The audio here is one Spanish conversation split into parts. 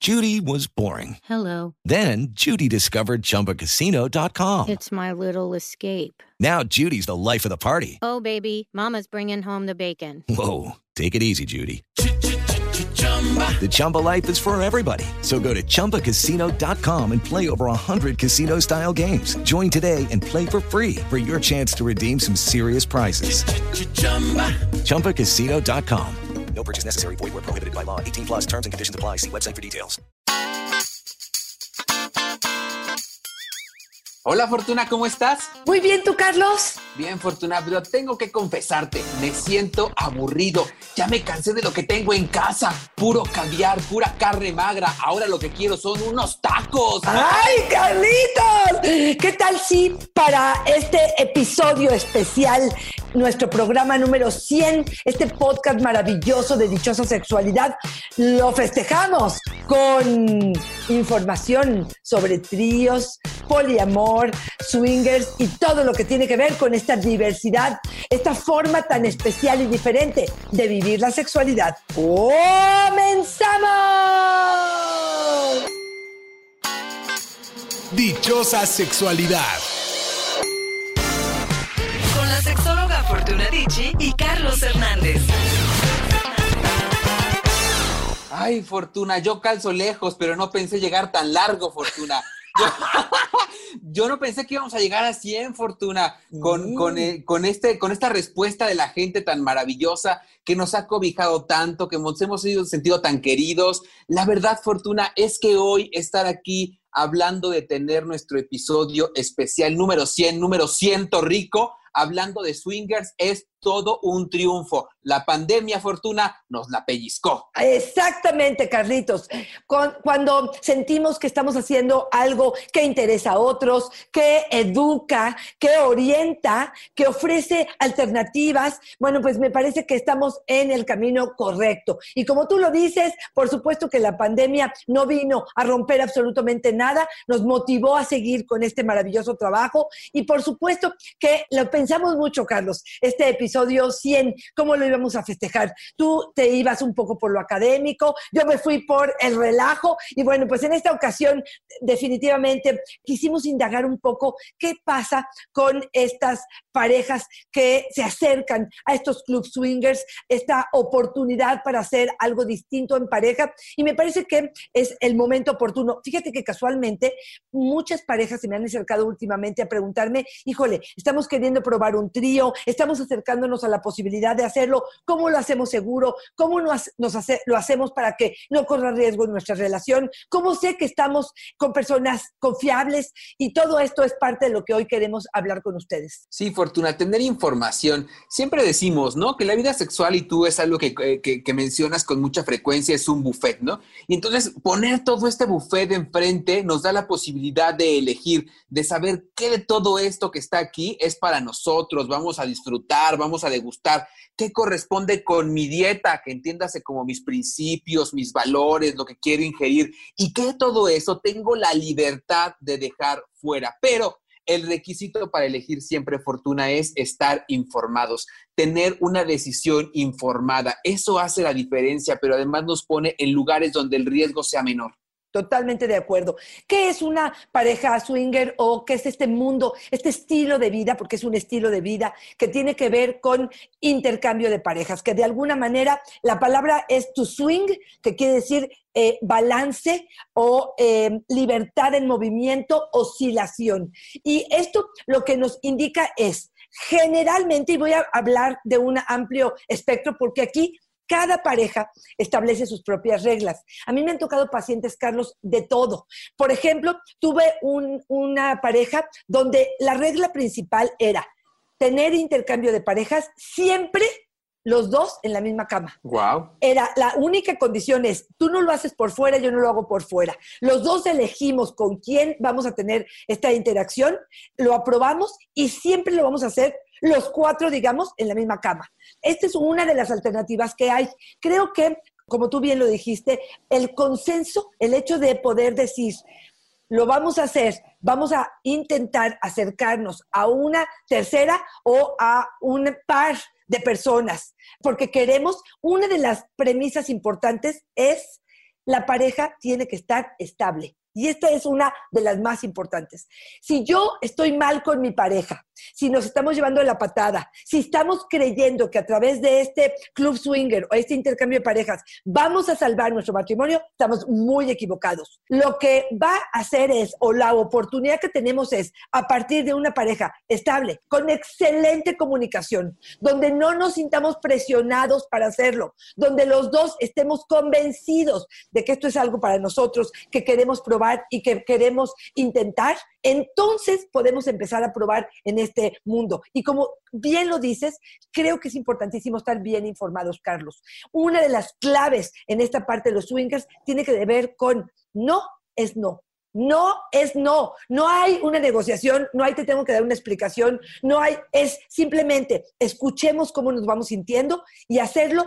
Judy was boring. Hello. Then Judy discovered ChumbaCasino.com. It's my little escape. Now Judy's the life of the party. Oh, baby, mama's bringing home the bacon. Whoa, take it easy, Judy. The Chumba life is for everybody. So go to ChumbaCasino.com and play over 100 casino-style games. Join today and play for free for your chance to redeem some serious prizes. ChumbaCasino.com. No purchase necessary. Void where prohibited by law. 18 plus terms and conditions apply. See website for details. Hola, Fortuna, ¿cómo estás? Muy bien, ¿tú, Carlos? Bien, Fortuna, pero tengo que confesarte, me siento aburrido. Ya me cansé de lo que tengo en casa. Puro caviar, pura carne magra. Ahora lo que quiero son unos tacos. ¡Ay, Carlitos! ¿Qué tal si para este episodio especial, nuestro programa número 100, este podcast maravilloso de Dichosa Sexualidad, lo festejamos con información sobre tríos, poliamor, swingers y todo lo que tiene que ver con esta diversidad, esta forma tan especial y diferente de vivir la sexualidad. ¡Comenzamos! Dichosa Sexualidad. Con la sexóloga Fortuna Dicci y Carlos Hernández. Ay, Fortuna, yo calzo lejos, pero no pensé llegar tan largo, Fortuna. Yo no pensé que íbamos a llegar a 100, Fortuna, con esta respuesta de la gente tan maravillosa que nos ha cobijado tanto, que nos hemos sentido tan queridos. La verdad, Fortuna, es que hoy estar aquí hablando de tener nuestro episodio especial número 100 rico, hablando de swingers, es todo un triunfo. La pandemia, Fortuna, nos la pellizcó. Exactamente, Carlitos. Cuando sentimos que estamos haciendo algo que interesa a otros, que educa, que orienta, que ofrece alternativas, bueno, pues me parece que estamos en el camino correcto. Y como tú lo dices, por supuesto que la pandemia no vino a romper absolutamente nada, nos motivó a seguir con este maravilloso trabajo y por supuesto que lo pensamos mucho, Carlos, este episodio 100, ¿cómo lo íbamos a festejar? Tú te ibas un poco por lo académico, yo me fui por el relajo y bueno, pues en esta ocasión definitivamente quisimos indagar un poco qué pasa con estas parejas que se acercan a estos club swingers, esta oportunidad para hacer algo distinto en pareja y me parece que es el momento oportuno. Fíjate que casualmente muchas parejas se me han acercado últimamente a preguntarme, híjole, estamos queriendo probar un trío, estamos acercándonos a la posibilidad de hacerlo, ¿cómo lo hacemos seguro? ¿Cómo lo hacemos para que no corra riesgo en nuestra relación? ¿Cómo sé que estamos con personas confiables? Y todo esto es parte de lo que hoy queremos hablar con ustedes. Sí, Fortuna, tener información. Siempre decimos, ¿no? Que la vida sexual, y tú es algo que mencionas con mucha frecuencia, es un buffet, ¿no? Y entonces poner todo este buffet enfrente nos da la posibilidad de elegir, de saber qué de todo esto que está aquí es para nosotros, vamos a disfrutar, vamos a degustar, qué corresponde con mi dieta, que entiéndase como mis principios, mis valores, lo que quiero ingerir, y que de todo eso tengo la libertad de dejar fuera. Pero el requisito para elegir siempre, Fortuna, es estar informados, tener una decisión informada. Eso hace la diferencia, pero además nos pone en lugares donde el riesgo sea menor. Totalmente de acuerdo. ¿Qué es una pareja swinger o qué es este mundo, este estilo de vida? Porque es un estilo de vida que tiene que ver con intercambio de parejas, que de alguna manera la palabra es to swing, que quiere decir balance o libertad en movimiento, oscilación. Y esto lo que nos indica es, generalmente, y voy a hablar de un amplio espectro, porque aquí cada pareja establece sus propias reglas. A mí me han tocado pacientes, Carlos, de todo. Por ejemplo, tuve una pareja donde la regla principal era tener intercambio de parejas siempre los dos en la misma cama. Wow. Era la única condición es, tú no lo haces por fuera, yo no lo hago por fuera. Los dos elegimos con quién vamos a tener esta interacción, lo aprobamos y siempre lo vamos a hacer los cuatro, digamos, en la misma cama. Esta es una de las alternativas que hay. Creo que, como tú bien lo dijiste, el consenso, el hecho de poder decir, lo vamos a hacer, vamos a intentar acercarnos a una tercera o a un par de personas, porque queremos, una de las premisas importantes es la pareja tiene que estar estable. Y esta es una de las más importantes. Si yo estoy mal con mi pareja, si nos estamos llevando de la patada, si estamos creyendo que a través de este club swinger o este intercambio de parejas vamos a salvar nuestro matrimonio, estamos muy equivocados. Lo que va a hacer es, o la oportunidad que tenemos es, a partir de una pareja estable, con excelente comunicación, donde no nos sintamos presionados para hacerlo, donde los dos estemos convencidos de que esto es algo para nosotros, que queremos probar y que queremos intentar, entonces podemos empezar a probar en este mundo. Y como bien lo dices, creo que es importantísimo estar bien informados, Carlos. Una de las claves en esta parte de los swingers tiene que ver con no es no. No es no. No hay una negociación, no hay te tengo que dar una explicación, no hay, es simplemente escuchemos cómo nos vamos sintiendo y hacerlo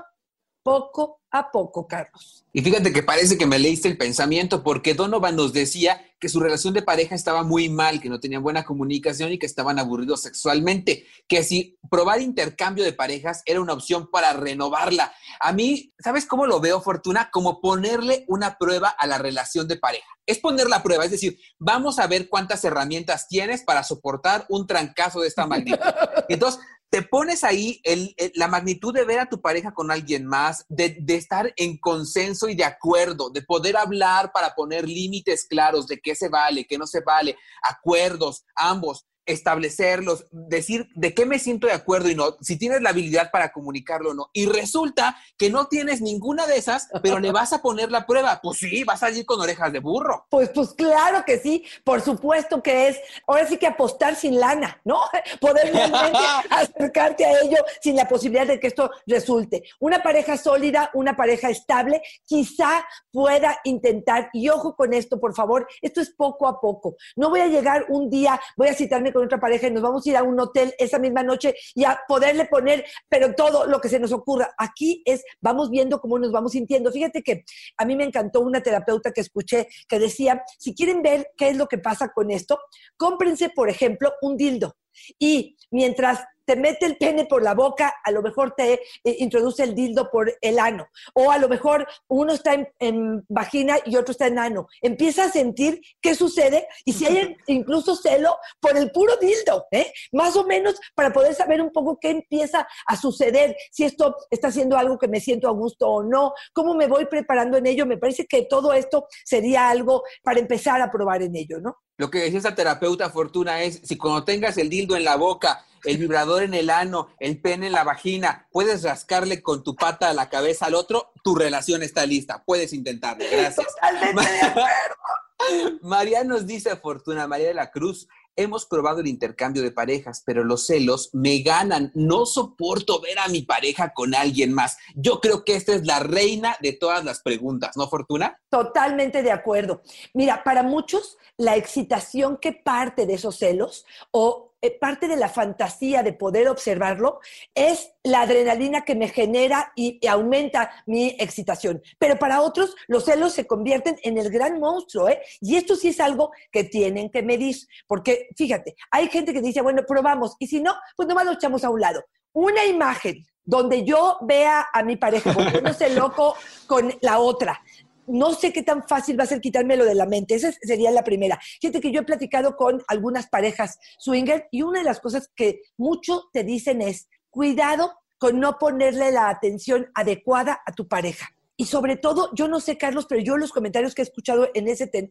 poco a poco, Carlos. Y fíjate que parece que me leíste el pensamiento, porque Donovan nos decía que su relación de pareja estaba muy mal, que no tenían buena comunicación y que estaban aburridos sexualmente, que si probar intercambio de parejas era una opción para renovarla. A mí, ¿sabes cómo lo veo, Fortuna? Como ponerle una prueba a la relación de pareja. Es poner la prueba, es decir, vamos a ver cuántas herramientas tienes para soportar un trancazo de esta magnitud. Y entonces, te pones ahí la magnitud de ver a tu pareja con alguien más, de estar en consenso y de acuerdo, de poder hablar para poner límites claros de qué se vale, qué no se vale, acuerdos, ambos, establecerlos, decir de qué me siento de acuerdo y no, si tienes la habilidad para comunicarlo o no. Y resulta que no tienes ninguna de esas, pero le vas a poner la prueba. Pues sí, vas a ir con orejas de burro. Pues claro que sí, por supuesto que es, ahora sí que apostar sin lana, ¿no? Poder realmente acercarte a ello sin la posibilidad de que esto resulte. Una pareja sólida, una pareja estable, quizá pueda intentar, y ojo con esto, por favor, esto es poco a poco. No voy a llegar un día, voy a citarme con otra pareja y nos vamos a ir a un hotel esa misma noche y a poderle poner, pero todo lo que se nos ocurra. Aquí vamos viendo cómo nos vamos sintiendo. Fíjate que a mí me encantó una terapeuta que escuché que decía, si quieren ver qué es lo que pasa con esto, cómprense, por ejemplo, un dildo. Y mientras te mete el pene por la boca, a lo mejor te introduce el dildo por el ano. O a lo mejor uno está en vagina y otro está en ano. Empieza a sentir qué sucede y si hay incluso celo por el puro dildo, más o menos para poder saber un poco qué empieza a suceder, si esto está haciendo algo que me siento a gusto o no, cómo me voy preparando en ello. Me parece que todo esto sería algo para empezar a probar en ello, ¿no? Lo que decía esa terapeuta, Fortuna, es si cuando tengas el dildo en la boca, el vibrador en el ano, el pene en la vagina, puedes rascarle con tu pata a la cabeza al otro, tu relación está lista. Puedes intentarlo. Gracias. Totalmente de acuerdo. María nos dice, Fortuna, María de la Cruz, hemos probado el intercambio de parejas, pero los celos me ganan. No soporto ver a mi pareja con alguien más. Yo creo que esta es la reina de todas las preguntas, ¿no, Fortuna? Totalmente de acuerdo. Mira, para muchos, la excitación que parte de esos celos o parte de la fantasía de poder observarlo es la adrenalina que me genera y aumenta mi excitación. Pero para otros, los celos se convierten en el gran monstruo, Y esto sí es algo que tienen que medir. Porque, fíjate, hay gente que dice, bueno, probamos. Y si no, pues nomás lo echamos a un lado. Una imagen donde yo vea a mi pareja volviéndose loco con la otra, no sé qué tan fácil va a ser quitármelo de la mente. Esa sería la primera. Fíjate que yo he platicado con algunas parejas swinger y una de las cosas que mucho te dicen es, cuidado con no ponerle la atención adecuada a tu pareja. Y sobre todo, yo no sé, Carlos, pero yo los comentarios que he escuchado en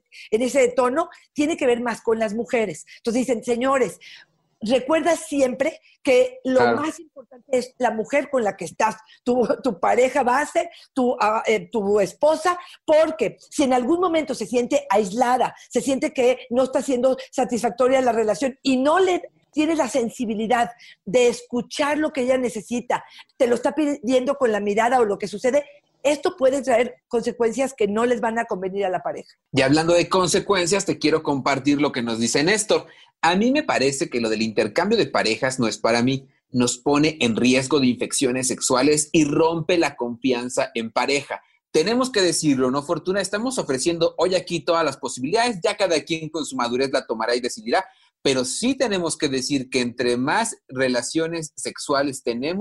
ese tono tiene que ver más con las mujeres. Entonces dicen, señores, recuerda siempre que lo más importante es la mujer con la que estás. Tu pareja va a ser tu esposa, porque si en algún momento se siente aislada, se siente que no está siendo satisfactoria la relación y no le tienes la sensibilidad de escuchar lo que ella necesita, te lo está pidiendo con la mirada o lo que sucede, esto puede traer consecuencias que no les van a convenir a la pareja. Y hablando de consecuencias, te quiero compartir lo que nos dice Néstor. A mí me parece que lo del intercambio de parejas no es para mí. Nos pone en riesgo de infecciones sexuales y rompe la confianza en pareja. Tenemos que decirlo, ¿no, Fortuna? Estamos ofreciendo hoy aquí todas las posibilidades. Ya cada quien con su madurez la tomará y decidirá. Pero sí tenemos que decir que entre más relaciones sexuales tenemos,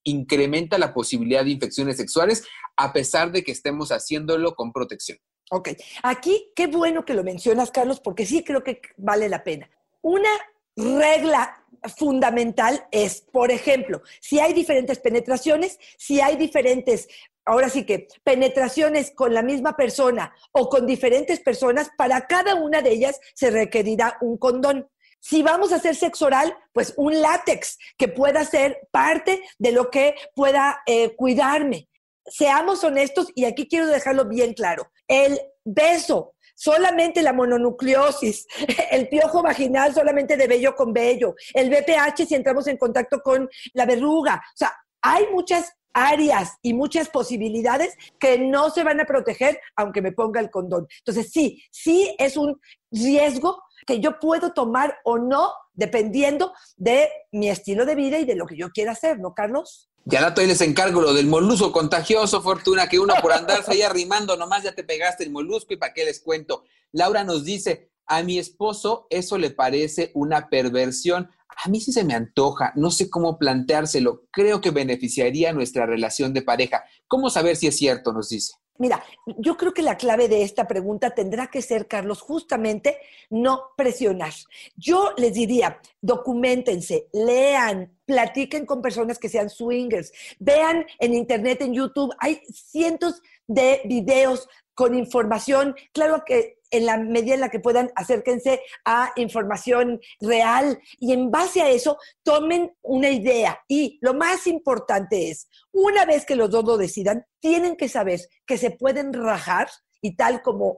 incrementa la posibilidad de infecciones sexuales a pesar de que estemos haciéndolo con protección. Ok, aquí qué bueno que lo mencionas, Carlos, porque sí creo que vale la pena. Una regla fundamental es, por ejemplo, si hay diferentes penetraciones, si hay diferentes, ahora sí que penetraciones con la misma persona o con diferentes personas, para cada una de ellas se requerirá un condón. Si vamos a hacer sexo oral, pues un látex que pueda ser parte de lo que pueda cuidarme. Seamos honestos, y aquí quiero dejarlo bien claro. El beso, solamente la mononucleosis, el piojo vaginal solamente de vello con vello, el BPH si entramos en contacto con la verruga. O sea, hay muchas áreas y muchas posibilidades que no se van a proteger aunque me ponga el condón. Entonces, sí es un riesgo que yo puedo tomar o no dependiendo de mi estilo de vida y de lo que yo quiera hacer, ¿no, Carlos? Ya dato, ahí les encargo lo del molusco contagioso, Fortuna, que uno por andarse ahí arrimando, nomás ya te pegaste el molusco y para qué les cuento. Laura nos dice, a mi esposo eso le parece una perversión. A mí sí se me antoja, no sé cómo planteárselo, creo que beneficiaría nuestra relación de pareja. ¿Cómo saber si es cierto? Nos dice. Mira, yo creo que la clave de esta pregunta tendrá que ser, Carlos, justamente no presionar. Yo les diría, documentense, lean, platiquen con personas que sean swingers, vean en internet, en YouTube, hay cientos de videos con información, claro que en la medida en la que puedan, acérquense a información real y en base a eso tomen una idea. Y lo más importante es, una vez que los dos lo decidan, tienen que saber que se pueden rajar y tal como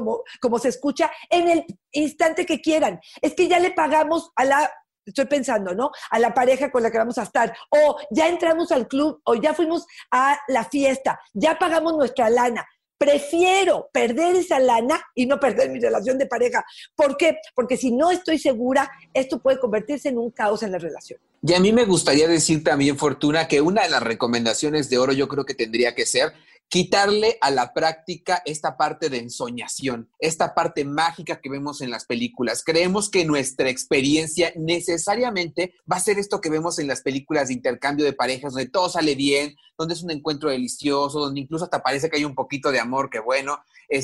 se escucha en el instante que quieran. Es que ya le pagamos estoy pensando, ¿no? A la pareja con la que vamos a estar, o ya entramos al club, o ya fuimos a la fiesta, ya pagamos nuestra lana. Prefiero perder esa lana y no perder mi relación de pareja. ¿Por qué? Porque si no estoy segura, esto puede convertirse en un caos en la relación. Y a mí me gustaría decir también, Fortuna, que una de las recomendaciones de oro yo creo que tendría que ser quitarle a la práctica esta parte de ensoñación, esta parte mágica que vemos en las películas. Creemos que nuestra experiencia necesariamente va a ser esto que vemos en las películas de intercambio de parejas, donde todo sale bien, donde es un encuentro delicioso, donde incluso hasta parece que hay un poquito de amor, que bueno,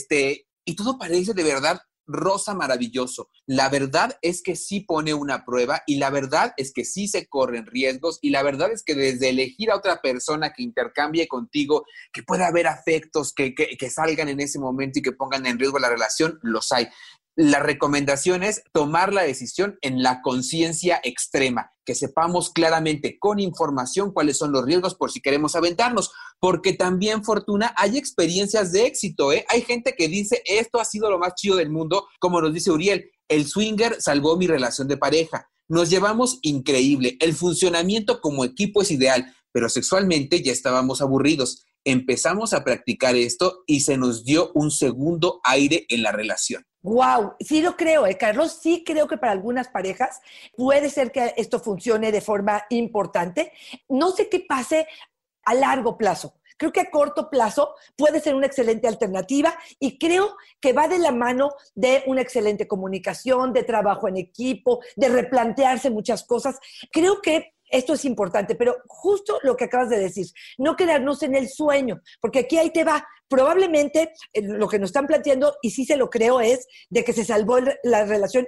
y todo parece de verdad rosa maravilloso. La verdad es que sí pone una prueba y la verdad es que sí se corren riesgos y la verdad es que desde elegir a otra persona que intercambie contigo, que pueda haber afectos que salgan en ese momento y que pongan en riesgo la relación, los hay. La recomendación es tomar la decisión en la conciencia extrema, que sepamos claramente con información cuáles son los riesgos por si queremos aventarnos, porque también, Fortuna, hay experiencias de éxito, ¿eh? Hay gente que dice, esto ha sido lo más chido del mundo, como nos dice Uriel, el swinger salvó mi relación de pareja, nos llevamos increíble, el funcionamiento como equipo es ideal, pero sexualmente ya estábamos aburridos. Empezamos a practicar esto y se nos dio un segundo aire en la relación. Wow, sí lo creo, Carlos, sí creo que para algunas parejas puede ser que esto funcione de forma importante. No sé qué pase a largo plazo. Creo que a corto plazo puede ser una excelente alternativa y creo que va de la mano de una excelente comunicación, de trabajo en equipo, de replantearse muchas cosas. Creo que esto es importante, pero justo lo que acabas de decir, no quedarnos en el sueño, porque aquí ahí te va. Probablemente lo que nos están planteando, y sí se lo creo, es de que se salvó la relación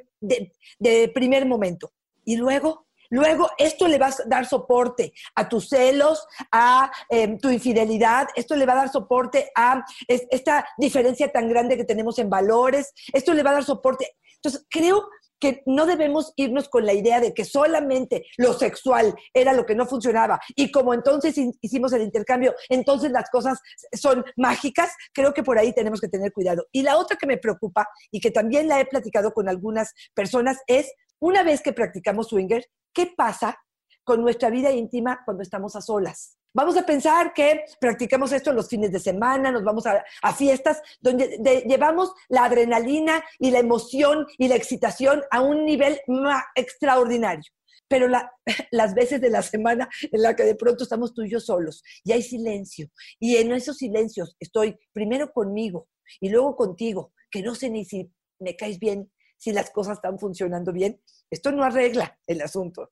de primer momento. Y luego esto le va a dar soporte a tus celos, a tu infidelidad, esto le va a dar soporte a esta diferencia tan grande que tenemos en valores, esto le va a dar soporte. Entonces, creo que no debemos irnos con la idea de que solamente lo sexual era lo que no funcionaba y como entonces hicimos el intercambio, entonces las cosas son mágicas. Creo que por ahí tenemos que tener cuidado. Y la otra que me preocupa y que también la he platicado con algunas personas es, una vez que practicamos swinger, ¿qué pasa con nuestra vida íntima cuando estamos a solas? Vamos a pensar que practicamos esto los fines de semana, nos vamos a fiestas donde llevamos la adrenalina y la emoción y la excitación a un nivel extraordinario. Pero las veces de la semana en la que de pronto estamos tú y yo solos y hay silencio. Y en esos silencios estoy primero conmigo y luego contigo, que no sé ni si me caes bien, si las cosas están funcionando bien. Esto no arregla el asunto.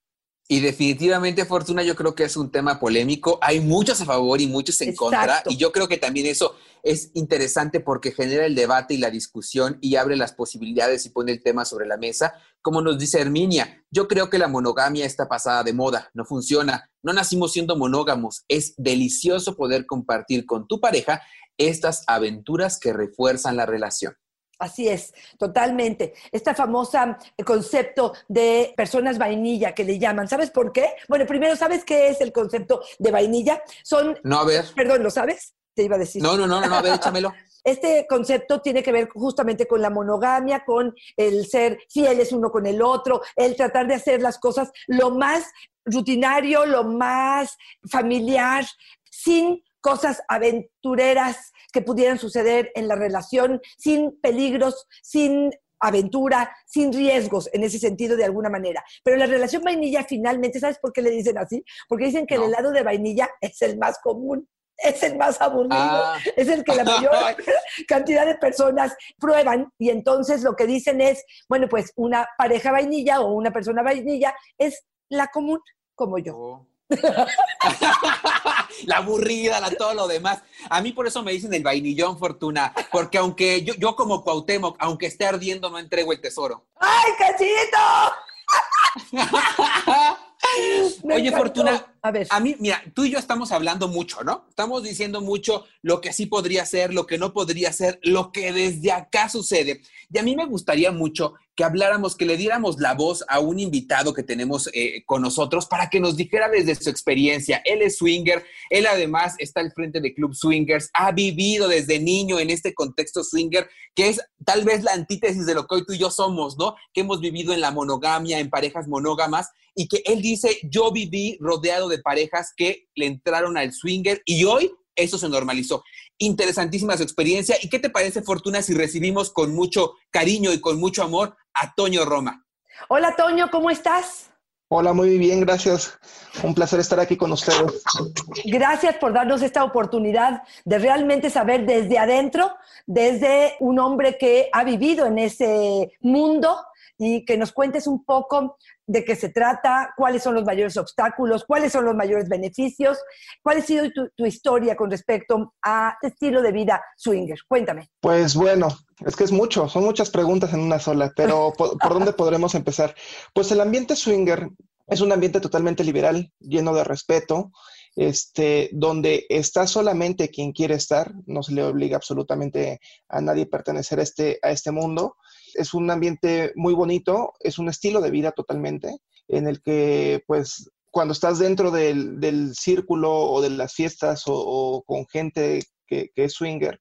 Y definitivamente, Fortuna, yo creo que es un tema polémico. Hay muchos a favor y muchos en contra. Y yo creo que también eso es interesante porque genera el debate y la discusión y abre las posibilidades y pone el tema sobre la mesa. Como nos dice Herminia, yo creo que la monogamia está pasada de moda, no funciona. No nacimos siendo monógamos. Es delicioso poder compartir con tu pareja estas aventuras que refuerzan la relación. Así es, totalmente. Esta famosa concepto de personas vainilla que le llaman. ¿Sabes por qué? Bueno, primero, ¿sabes qué es el concepto de vainilla? No, a ver. Perdón, ¿lo sabes? Te iba a decir. No, a ver, échamelo. Este concepto tiene que ver justamente con la monogamia, con el ser fieles uno con el otro, el tratar de hacer las cosas lo más rutinario, lo más familiar, sin cosas aventureras que pudieran suceder en la relación, sin peligros, sin aventura, sin riesgos en ese sentido de alguna manera. Pero la relación vainilla finalmente, ¿sabes por qué le dicen así? Porque dicen que el helado de vainilla es el más común. Es el más aburrido, es el que la mayor cantidad de personas prueban y entonces lo que dicen es, bueno, pues una pareja vainilla o una persona vainilla es la común, como yo. La aburrida, todo lo demás. A mí por eso me dicen el vainillón, Fortuna, porque aunque yo como Cuauhtémoc, aunque esté ardiendo, no entrego el tesoro. ¡Ay, cachito! Oye, Fortuna, a mí, mira, tú y yo estamos hablando mucho, ¿no? Estamos diciendo mucho lo que sí podría ser, lo que no podría ser, lo que desde acá sucede. Y a mí me gustaría mucho que habláramos, que le diéramos la voz a un invitado que tenemos con nosotros para que nos dijera desde su experiencia. Él es swinger, él además está al frente de Club Swingers, ha vivido desde niño en este contexto swinger, que es tal vez la antítesis de lo que hoy tú y yo somos, ¿no? Que hemos vivido en la monogamia, en parejas monógamas, y que él dice, yo viví rodeado de parejas que le entraron al swinger y hoy eso se normalizó. Interesantísima su experiencia. ¿Y qué te parece, Fortuna, si recibimos con mucho cariño y con mucho amor a Toño Roma? Hola, Toño, ¿cómo estás? Hola, muy bien, gracias. Un placer estar aquí con ustedes. Gracias por darnos esta oportunidad de realmente saber desde adentro, desde un hombre que ha vivido en ese mundo y que nos cuentes un poco de qué se trata, cuáles son los mayores obstáculos, cuáles son los mayores beneficios, cuál ha sido tu historia con respecto a este estilo de vida swinger. Cuéntame. Pues bueno, es que es mucho, son muchas preguntas en una sola, pero ¿por dónde podremos empezar? Pues el ambiente swinger es un ambiente totalmente liberal, lleno de respeto, donde está solamente quien quiere estar, no se le obliga absolutamente a nadie pertenecer a este mundo. Es un ambiente muy bonito, es un estilo de vida totalmente, en el que pues cuando estás dentro del círculo o de las fiestas o con gente que es swinger,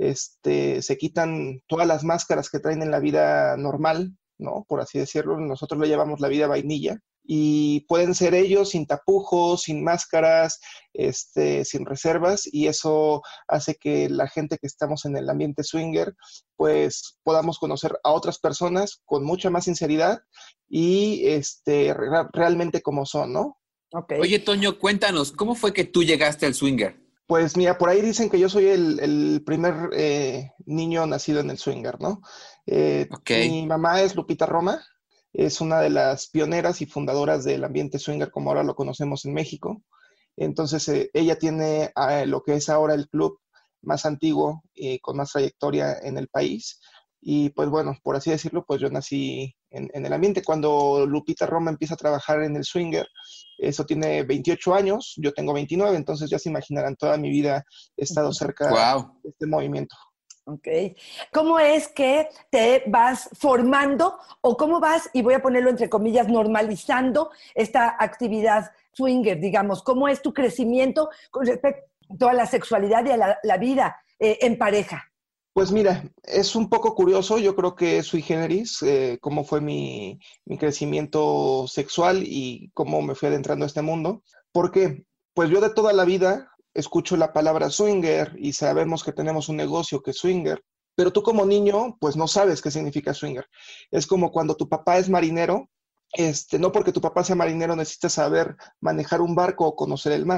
se quitan todas las máscaras que traen en la vida normal, ¿no? Por así decirlo, nosotros le llamamos la vida vainilla, y pueden ser ellos sin tapujos, sin máscaras, sin reservas, y eso hace que la gente que estamos en el ambiente swinger, pues podamos conocer a otras personas con mucha más sinceridad y realmente como son, ¿no? Okay. Oye, Toño, cuéntanos, ¿cómo fue que tú llegaste al swinger? Pues mira, por ahí dicen que yo soy el primer niño nacido en el swinger, ¿no? Okay. Mi mamá es Lupita Roma, es una de las pioneras y fundadoras del ambiente swinger como ahora lo conocemos en México. Entonces, ella tiene lo que es ahora el club más antiguo y con más trayectoria en el país. Y pues bueno, por así decirlo, pues yo nací en el ambiente. Cuando Lupita Roma empieza a trabajar en el swinger, eso tiene 28 años, yo tengo 29, entonces ya se imaginarán, toda mi vida he estado cerca de este movimiento. Ok. ¿Cómo es que te vas formando o cómo vas, y voy a ponerlo entre comillas, normalizando esta actividad swinger, digamos? ¿Cómo es tu crecimiento con respecto a la sexualidad y a la vida en pareja? Pues mira, es un poco curioso, yo creo que sui generis, cómo fue mi crecimiento sexual y cómo me fui adentrando a este mundo. ¿Por qué? Pues yo de toda la vida escucho la palabra swinger y sabemos que tenemos un negocio que es swinger, pero tú como niño, pues no sabes qué significa swinger. Es como cuando tu papá es marinero, no porque tu papá sea marinero necesitas saber manejar un barco o conocer el mar,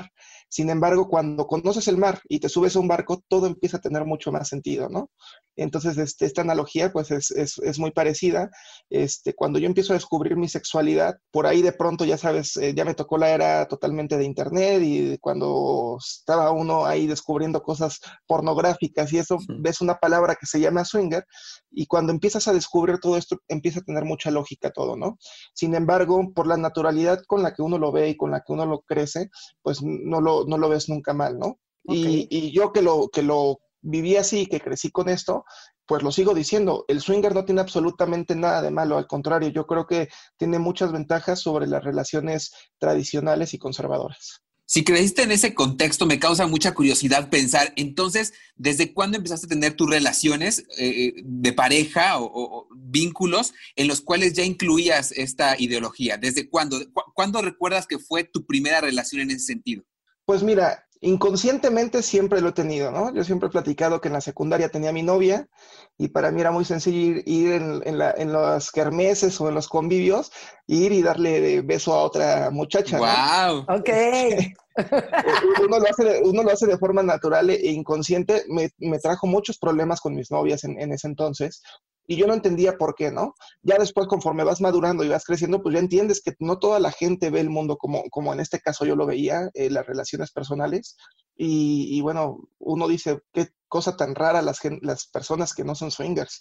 Sin embargo, cuando conoces el mar y te subes a un barco, todo empieza a tener mucho más sentido, ¿no? Entonces, esta analogía, pues, es muy parecida. Cuando yo empiezo a descubrir mi sexualidad, por ahí de pronto, ya sabes, ya me tocó la era totalmente de internet, y cuando estaba uno ahí descubriendo cosas pornográficas y eso, ves una palabra que se llama swinger, y cuando empiezas a descubrir todo esto, empieza a tener mucha lógica todo, ¿no? Sin embargo, por la naturalidad con la que uno lo ve y con la que uno lo crece, pues no lo ves nunca mal, ¿no? Ok. Y yo que lo viví así, que crecí con esto, pues lo sigo diciendo, el swinger no tiene absolutamente nada de malo, al contrario, yo creo que tiene muchas ventajas sobre las relaciones tradicionales y conservadoras. Si creciste en ese contexto, me causa mucha curiosidad pensar, entonces, ¿desde cuándo empezaste a tener tus relaciones de pareja o vínculos en los cuales ya incluías esta ideología? ¿Desde cuándo? ¿Cuándo recuerdas que fue tu primera relación en ese sentido? Pues mira, inconscientemente siempre lo he tenido, ¿no? Yo siempre he platicado que en la secundaria tenía mi novia, y para mí era muy sencillo ir en las kermeses o en los convivios, ir y darle beso a otra muchacha, ¿no? ¡Wow! Ok. Uno lo hace de forma natural e inconsciente. Me trajo muchos problemas con mis novias en ese entonces, y yo no entendía por qué, ¿no? Ya después, conforme vas madurando y vas creciendo, pues ya entiendes que no toda la gente ve el mundo como en este caso yo lo veía, las relaciones personales, y bueno, uno dice, qué cosa tan rara las personas que no son swingers.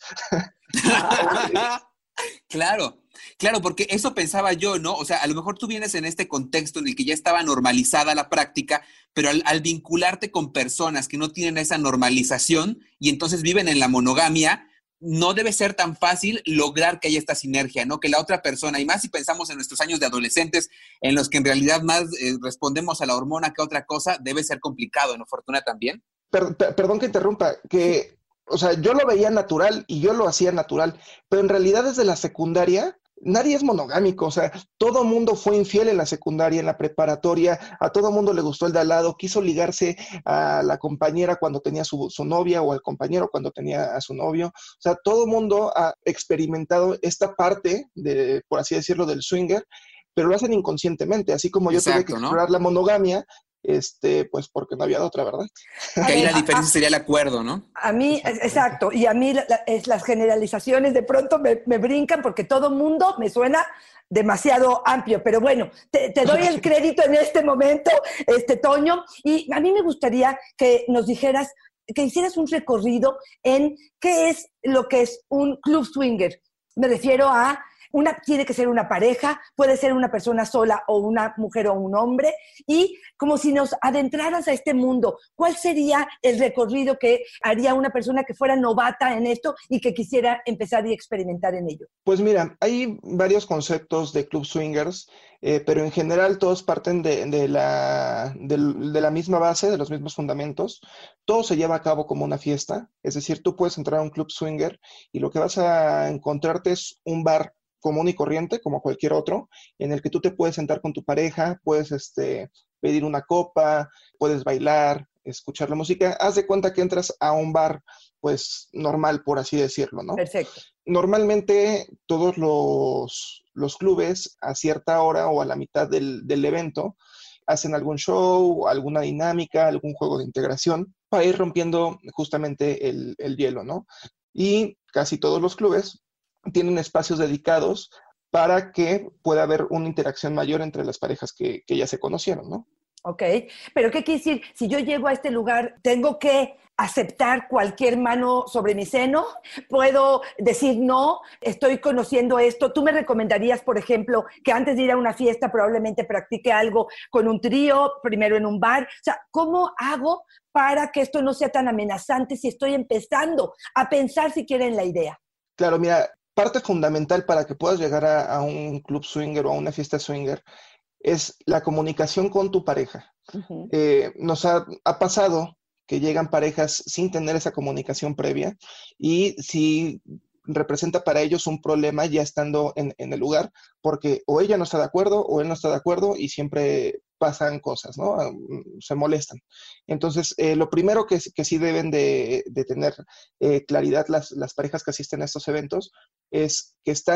Claro, claro, porque eso pensaba yo, ¿no? O sea, a lo mejor tú vienes en este contexto en el que ya estaba normalizada la práctica, pero al vincularte con personas que no tienen esa normalización y entonces viven en la monogamia, no debe ser tan fácil lograr que haya esta sinergia, ¿no? Que la otra persona, y más si pensamos en nuestros años de adolescentes, en los que en realidad más respondemos a la hormona que a otra cosa, debe ser complicado, ¿no, Fortuna, también? Perdón que interrumpa, o sea, yo lo veía natural y yo lo hacía natural, pero en realidad desde la secundaria nadie es monogámico. O sea, todo mundo fue infiel en la secundaria, en la preparatoria, a todo mundo le gustó el de al lado, quiso ligarse a la compañera cuando tenía su novia, o al compañero cuando tenía a su novio. O sea, todo mundo ha experimentado esta parte de, por así decirlo, del swinger, pero lo hacen inconscientemente, así como yo tuve que Exacto, ¿no? explorar la monogamia, pues porque no había de otra, ¿verdad? Que ahí la diferencia sería el acuerdo, ¿no? A mí, exacto, y a mí las generalizaciones de pronto me brincan porque todo mundo me suena demasiado amplio, pero bueno, te doy el crédito en este momento, Toño, y a mí me gustaría que nos dijeras, que hicieras un recorrido en qué es lo que es un club swinger. Me refiero a tiene que ser una pareja, puede ser una persona sola o una mujer o un hombre, y como si nos adentraras a este mundo, ¿cuál sería el recorrido que haría una persona que fuera novata en esto y que quisiera empezar y experimentar en ello? Pues mira, hay varios conceptos de club swingers, pero en general todos parten de la misma base, de los mismos fundamentos. Todo se lleva a cabo como una fiesta, es decir, tú puedes entrar a un club swinger y lo que vas a encontrarte es un bar común y corriente, como cualquier otro, en el que tú te puedes sentar con tu pareja, puedes pedir una copa, puedes bailar, escuchar la música. Haz de cuenta que entras a un bar, pues, normal, por así decirlo, ¿no? Perfecto. Normalmente todos los clubes a cierta hora o a la mitad del evento hacen algún show, alguna dinámica, algún juego de integración para ir rompiendo justamente el hielo, ¿no? Y casi todos los clubes tienen espacios dedicados para que pueda haber una interacción mayor entre las parejas que ya se conocieron, ¿no? Ok, pero ¿qué quiere decir? Si yo llego a este lugar, ¿tengo que aceptar cualquier mano sobre mi seno? ¿Puedo decir no? ¿Estoy conociendo esto? ¿Tú me recomendarías, por ejemplo, que antes de ir a una fiesta probablemente practique algo con un trío, primero en un bar? O sea, ¿cómo hago para que esto no sea tan amenazante si estoy empezando a pensar siquiera en la idea? Claro, mira, parte fundamental para que puedas llegar a un club swinger o a una fiesta swinger es la comunicación con tu pareja. Uh-huh. Nos ha pasado que llegan parejas sin tener esa comunicación previa, y si representa para ellos un problema ya estando en el lugar, porque o ella no está de acuerdo o él no está de acuerdo, y siempre pasan cosas, ¿no? Se molestan. Entonces, lo primero que sí deben de tener claridad las parejas que asisten a estos eventos es que están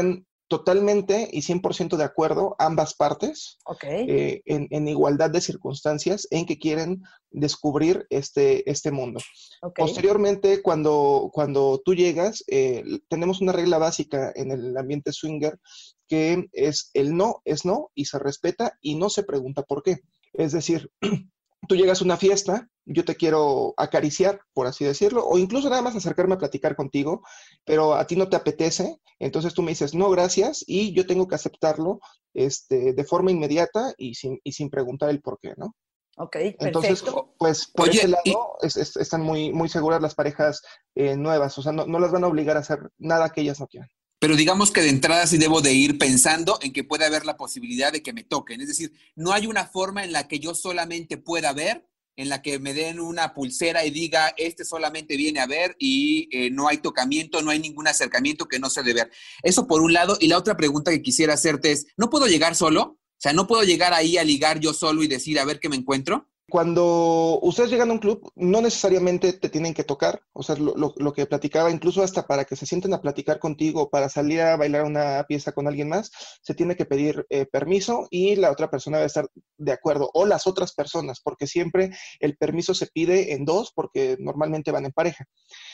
totalmente y 100% de acuerdo ambas partes, Ok. en igualdad de circunstancias en que quieren descubrir este mundo. Ok. Posteriormente, cuando tú llegas, tenemos una regla básica en el ambiente swinger que es el no es no y se respeta y no se pregunta por qué. Es decir, tú llegas a una fiesta, yo te quiero acariciar, por así decirlo, o incluso nada más acercarme a platicar contigo, pero a ti no te apetece, entonces tú me dices, no, gracias, y yo tengo que aceptarlo de forma inmediata y sin preguntar el por qué, ¿no? Ok, Entonces, perfecto. pues por ese Oye, lado están muy, muy seguras las parejas nuevas, o sea, no las van a obligar a hacer nada que ellas no quieran. pero digamos que de entrada sí debo de ir pensando en que puede haber la posibilidad de que me toquen. Es decir, no hay una forma en la que yo solamente pueda ver, en la que me den una pulsera y diga, este solamente viene a ver y no hay tocamiento, no hay ningún acercamiento que no se debe ver. Eso por un lado. Y la otra pregunta que quisiera hacerte es, ¿no puedo llegar solo? O sea, ¿no puedo llegar ahí a ligar yo solo y decir, a ver qué me encuentro? Cuando ustedes llegan a un club, no necesariamente te tienen que tocar, o sea, lo que platicaba, incluso hasta para que se sienten a platicar contigo, para salir a bailar una pieza con alguien más, se tiene que pedir permiso y la otra persona debe estar de acuerdo, o las otras personas, porque siempre el permiso se pide en dos, porque normalmente van en pareja.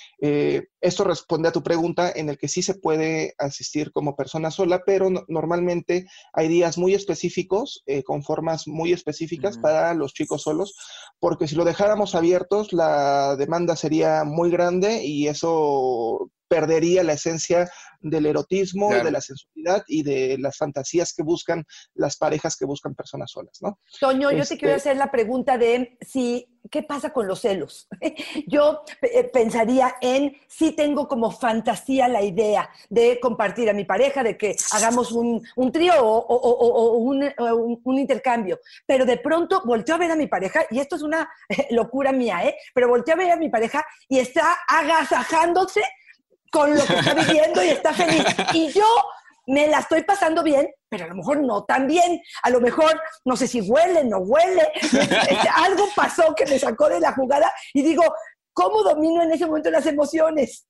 Esto responde a tu pregunta en el que sí se puede asistir como persona sola, pero normalmente hay días muy específicos, con formas muy específicas para los chicos solos, porque si lo dejáramos abiertos, la demanda sería muy grande y eso perdería la esencia del erotismo, de Claro. la sensualidad y de las fantasías que buscan las parejas que buscan personas solas, ¿no? Toño, yo te quiero hacer la pregunta de ¿qué pasa con los celos? Yo pensaría en si tengo como fantasía la idea de compartir a mi pareja, de que hagamos un trío o un intercambio, pero de pronto volteo a ver a mi pareja, y esto es una locura mía, pero volteo a ver a mi pareja y está agasajándose con lo que está viviendo y está feliz. Y yo me la estoy pasando bien, pero a lo mejor no tan bien. A lo mejor, no sé si huele, no huele. Algo pasó que me sacó de la jugada y digo, ¿cómo domino en ese momento las emociones?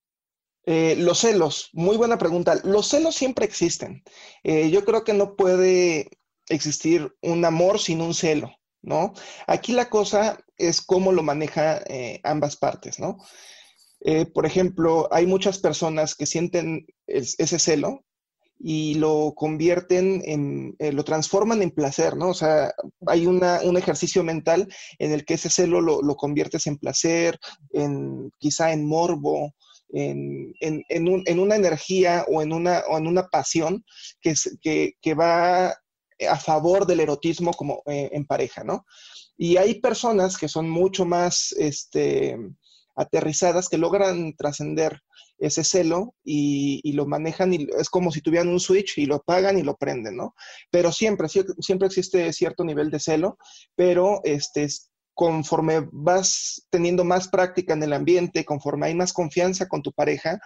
Los celos, muy buena pregunta. Los celos siempre existen. Yo creo que no puede existir un amor sin un celo, ¿no? Aquí la cosa es cómo lo maneja ambas partes, ¿no? Por ejemplo, hay muchas personas que sienten ese celo y lo convierten lo transforman en placer, ¿no? O sea, hay un ejercicio mental en el que ese celo lo conviertes en placer, quizá en morbo, en una energía o en una pasión que va a favor del erotismo como en pareja, ¿no? Y hay personas que son mucho más aterrizadas, que logran trascender ese celo y lo manejan, y es como si tuvieran un switch y lo apagan y lo prenden, ¿no? Pero siempre existe cierto nivel de celo, pero conforme vas teniendo más práctica en el ambiente, conforme hay más confianza con tu pareja,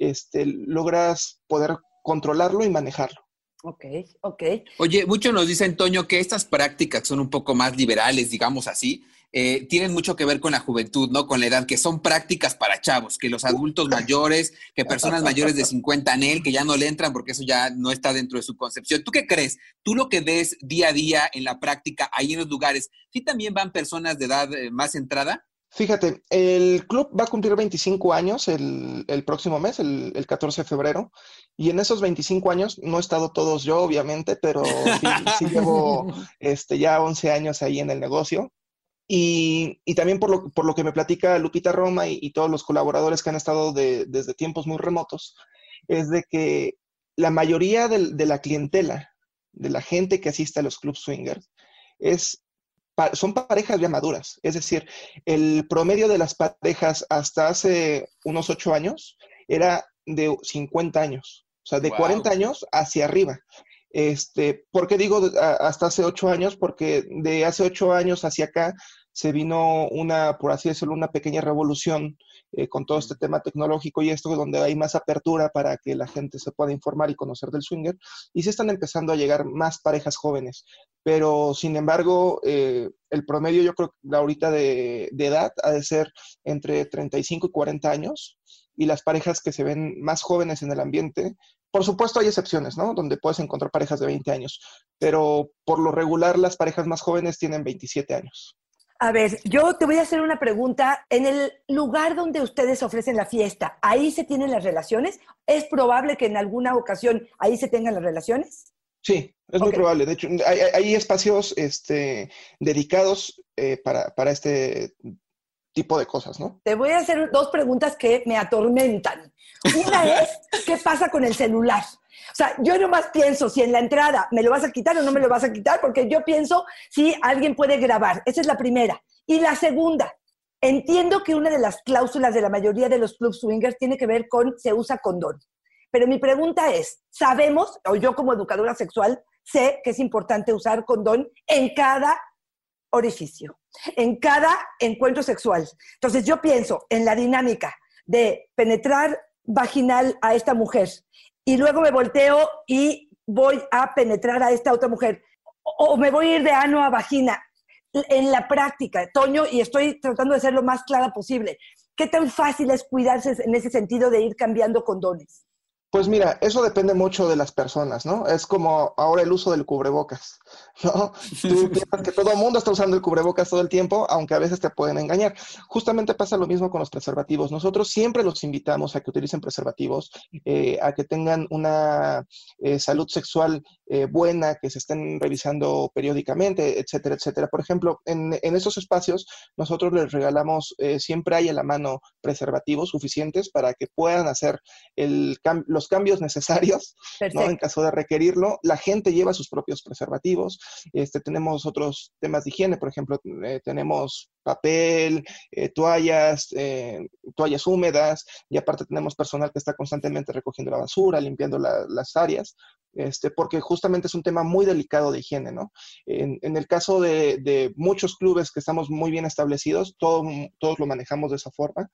logras poder controlarlo y manejarlo. Ok. Oye, muchos nos dicen, Toño, que estas prácticas son un poco más liberales, digamos así, tienen mucho que ver con la juventud, ¿no? Con la edad, que son prácticas para chavos, que los adultos mayores, que personas mayores de 50 en que ya no le entran porque eso ya no está dentro de su concepción. ¿Tú qué crees? ¿Tú lo que ves día a día en la práctica, ahí en los lugares, sí también van personas de edad más entrada? Fíjate, el club va a cumplir 25 años el próximo mes, el 14 de febrero, y en esos 25 años, no he estado todos yo, obviamente, pero sí llevo ya 11 años ahí en el negocio. Y también por lo que me platica Lupita Roma y todos los colaboradores que han estado desde tiempos muy remotos, es de que la mayoría de la clientela, de la gente que asiste a los clubs swingers, son parejas ya maduras. Es decir, el promedio de las parejas hasta hace unos 8 años era de 50 años, o sea, de 40 años hacia arriba. ¿Por qué digo hasta hace 8 años? Porque de hace 8 años hacia acá se vino por así decirlo, una pequeña revolución con todo este tema tecnológico y esto, donde hay más apertura para que la gente se pueda informar y conocer del swinger, y se están empezando a llegar más parejas jóvenes. Pero, sin embargo, el promedio, yo creo que ahorita de edad ha de ser entre 35 y 40 años, y las parejas que se ven más jóvenes en el ambiente. Por supuesto hay excepciones, ¿no? Donde puedes encontrar parejas de 20 años, pero por lo regular las parejas más jóvenes tienen 27 años. A ver, yo te voy a hacer una pregunta. En el lugar donde ustedes ofrecen la fiesta, ¿ahí se tienen las relaciones? ¿Es probable que en alguna ocasión ahí se tengan las relaciones? Sí, es muy probable. De hecho, hay espacios dedicados para este tipo de cosas, ¿no? Te voy a hacer 2 preguntas que me atormentan. Una es, ¿qué pasa con el celular? O sea, yo nomás pienso si en la entrada me lo vas a quitar o no me lo vas a quitar, porque yo pienso si alguien puede grabar. Esa es la primera. Y la segunda, entiendo que una de las cláusulas de la mayoría de los clubs swingers tiene que ver con se usa condón. Pero mi pregunta es, sabemos, o yo como educadora sexual, sé que es importante usar condón en cada orificio, en cada encuentro sexual. Entonces yo pienso en la dinámica de penetrar vaginal a esta mujer y luego me volteo y voy a penetrar a esta otra mujer, o me voy a ir de ano a vagina. En la práctica, Toño, y estoy tratando de ser lo más clara posible, ¿qué tan fácil es cuidarse en ese sentido de ir cambiando condones? Pues mira, eso depende mucho de las personas, ¿no? Es como ahora el uso del cubrebocas, ¿no? Tú piensas que todo el mundo está usando el cubrebocas todo el tiempo, aunque a veces te pueden engañar. Justamente pasa lo mismo con los preservativos. Nosotros siempre los invitamos a que utilicen preservativos, a que tengan una salud sexual buena, que se estén revisando periódicamente, etcétera, etcétera. Por ejemplo, en esos espacios nosotros les regalamos, siempre hay a la mano preservativos suficientes para que puedan hacer los cambios necesarios, ¿no? En caso de requerirlo. La gente lleva sus propios preservativos. Tenemos otros temas de higiene, por ejemplo, tenemos papel, toallas húmedas, y aparte tenemos personal que está constantemente recogiendo la basura, limpiando las áreas, porque justamente es un tema muy delicado de higiene, ¿no? En el caso de muchos clubes que estamos muy bien establecidos, todos lo manejamos de esa forma.